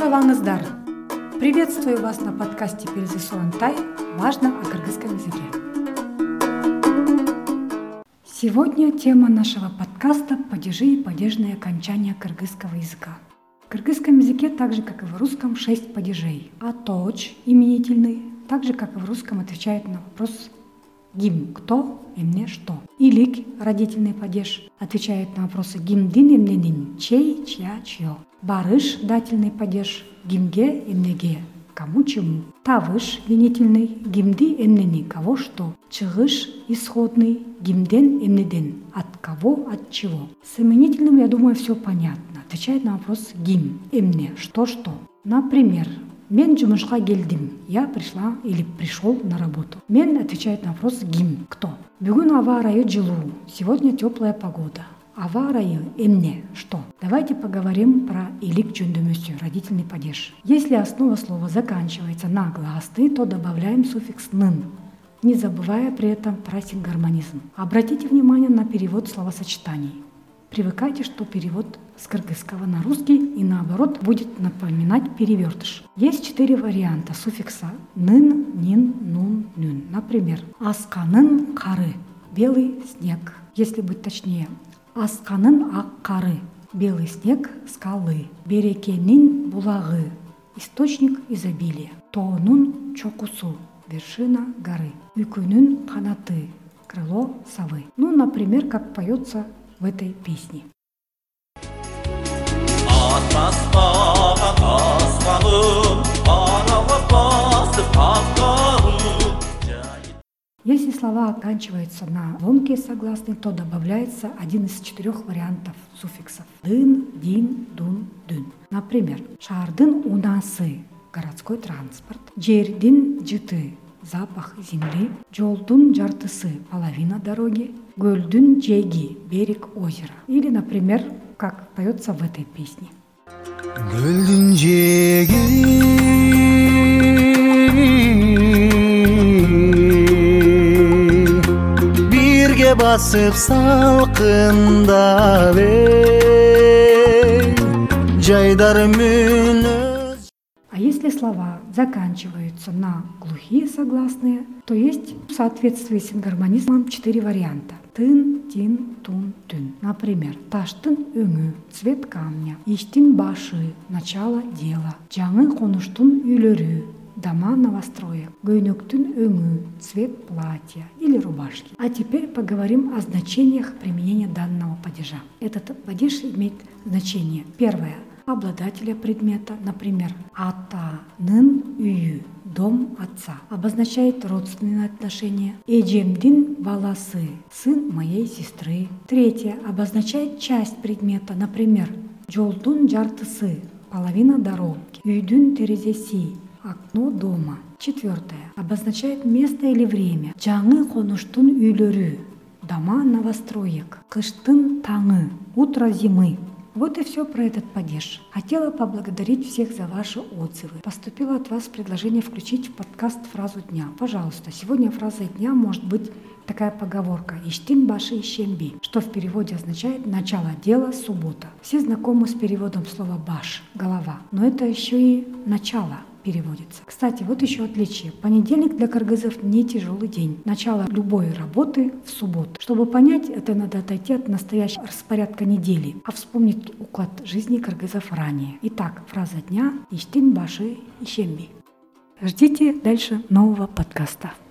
Саламатсыздар! Приветствую вас на подкасте «Перези Сурантай. Важно о кыргызском языке». Сегодня тема нашего подкаста – падежи и падежные окончания кыргызского языка. В кыргызском языке, так же как и в русском, 6 падежей. А точ – именительный, так же как и в русском, отвечает на вопрос «гим» – кто, эмне – что. Илик – родительный падеж, отвечает на вопросы «гимдин, эмнедин», чей, чья, чье. Барыш – дательный падеж, гимге, эмнеге, кому, чему. Тавыш – винительный, гимди, эмнени, кого, что. Чыгыш – исходный, гимден, эмнеден, от кого, от чего. С именительным, я думаю, все понятно. Отвечает на вопрос гим, эмне, что. Например, мен жумушка келдим, я пришла или пришел на работу. Мен отвечает на вопрос гим, кто. Бүгүн аба ырайы жылуу, сегодня теплая погода. Аба ырайы эмне, что. Давайте поговорим про илик жөндөмөсү, родительный падеж. Если основа слова заканчивается на гласный, то добавляем суффикс «нын», не забывая при этом про сингармонизм. Обратите внимание на перевод словосочетаний. Привыкайте, что перевод с кыргызского на русский и наоборот будет напоминать перевертыш. Есть 4 варианта суффикса «нын», «нин», «нун», «нюн». Например, «асканын кары» – белый снег. Если быть точнее, «асканын ак кары» – белый снег, скалы. «Берекенин булагы» – источник изобилия. «Тоонун чокусу» – вершина горы. «Үкүнүн канаты» – крыло совы. Например, как поется в этой песне. Если слова оканчиваются на ломкие согласные, то добавляется один из 4 вариантов суффиксов «дын», «дин», «дун», «дун». Например, «шаардын унасы» – городской транспорт, «жердин жыты» – запах земли, «жолдун жартысы» – половина дороги, «гөлдүн жеги» – берег озера. Или, например, как поется в этой песне. Гөлдүн жеги бирге басып салкында жайдар мүнөз. А если слова заканчиваются на глухие согласные, то есть в соответствии с сингармонизмом 4 варианта. Тын, тин, тун, тун. Например, таштын өңү – цвет камня, иштин башы – начало дела, жаңы конуштун үйлөрү – дома новостроек, көйнөктүн өңү – цвет платья или рубашки. А теперь поговорим о значениях применения данного падежа. Этот падеж имеет значение. Первое – обладателя предмета, например, атанын үйү – дом отца, обозначает родственные отношения. Эжемдин баласы – сын моей сестры. Третье – обозначает часть предмета, например, жолдун жартысы – половина дороги, үйдүн терезеси – окно дома. Четвертое – обозначает место или время. Жаңы конуштун үйлөрү – дома новостроек, кыштын таңы – утро зимы. Вот и все про этот падеж. Хотела поблагодарить всех за ваши отзывы. Поступило от вас предложение включить в подкаст фразу дня. Пожалуйста, сегодня фразой дня может быть такая поговорка «Иштин башы ишемби», что в переводе означает «начало дела, суббота». Все знакомы с переводом слова «баш» – «голова», но это еще и «начало» переводится. Кстати, вот еще отличие. Понедельник для кыргызов не тяжелый день. Начало любой работы в субботу. Чтобы понять, это надо отойти от настоящего распорядка недели, а вспомнить уклад жизни кыргызов ранее. Итак, фраза дня «Иштин башы ишемби». Ждите дальше нового подкаста.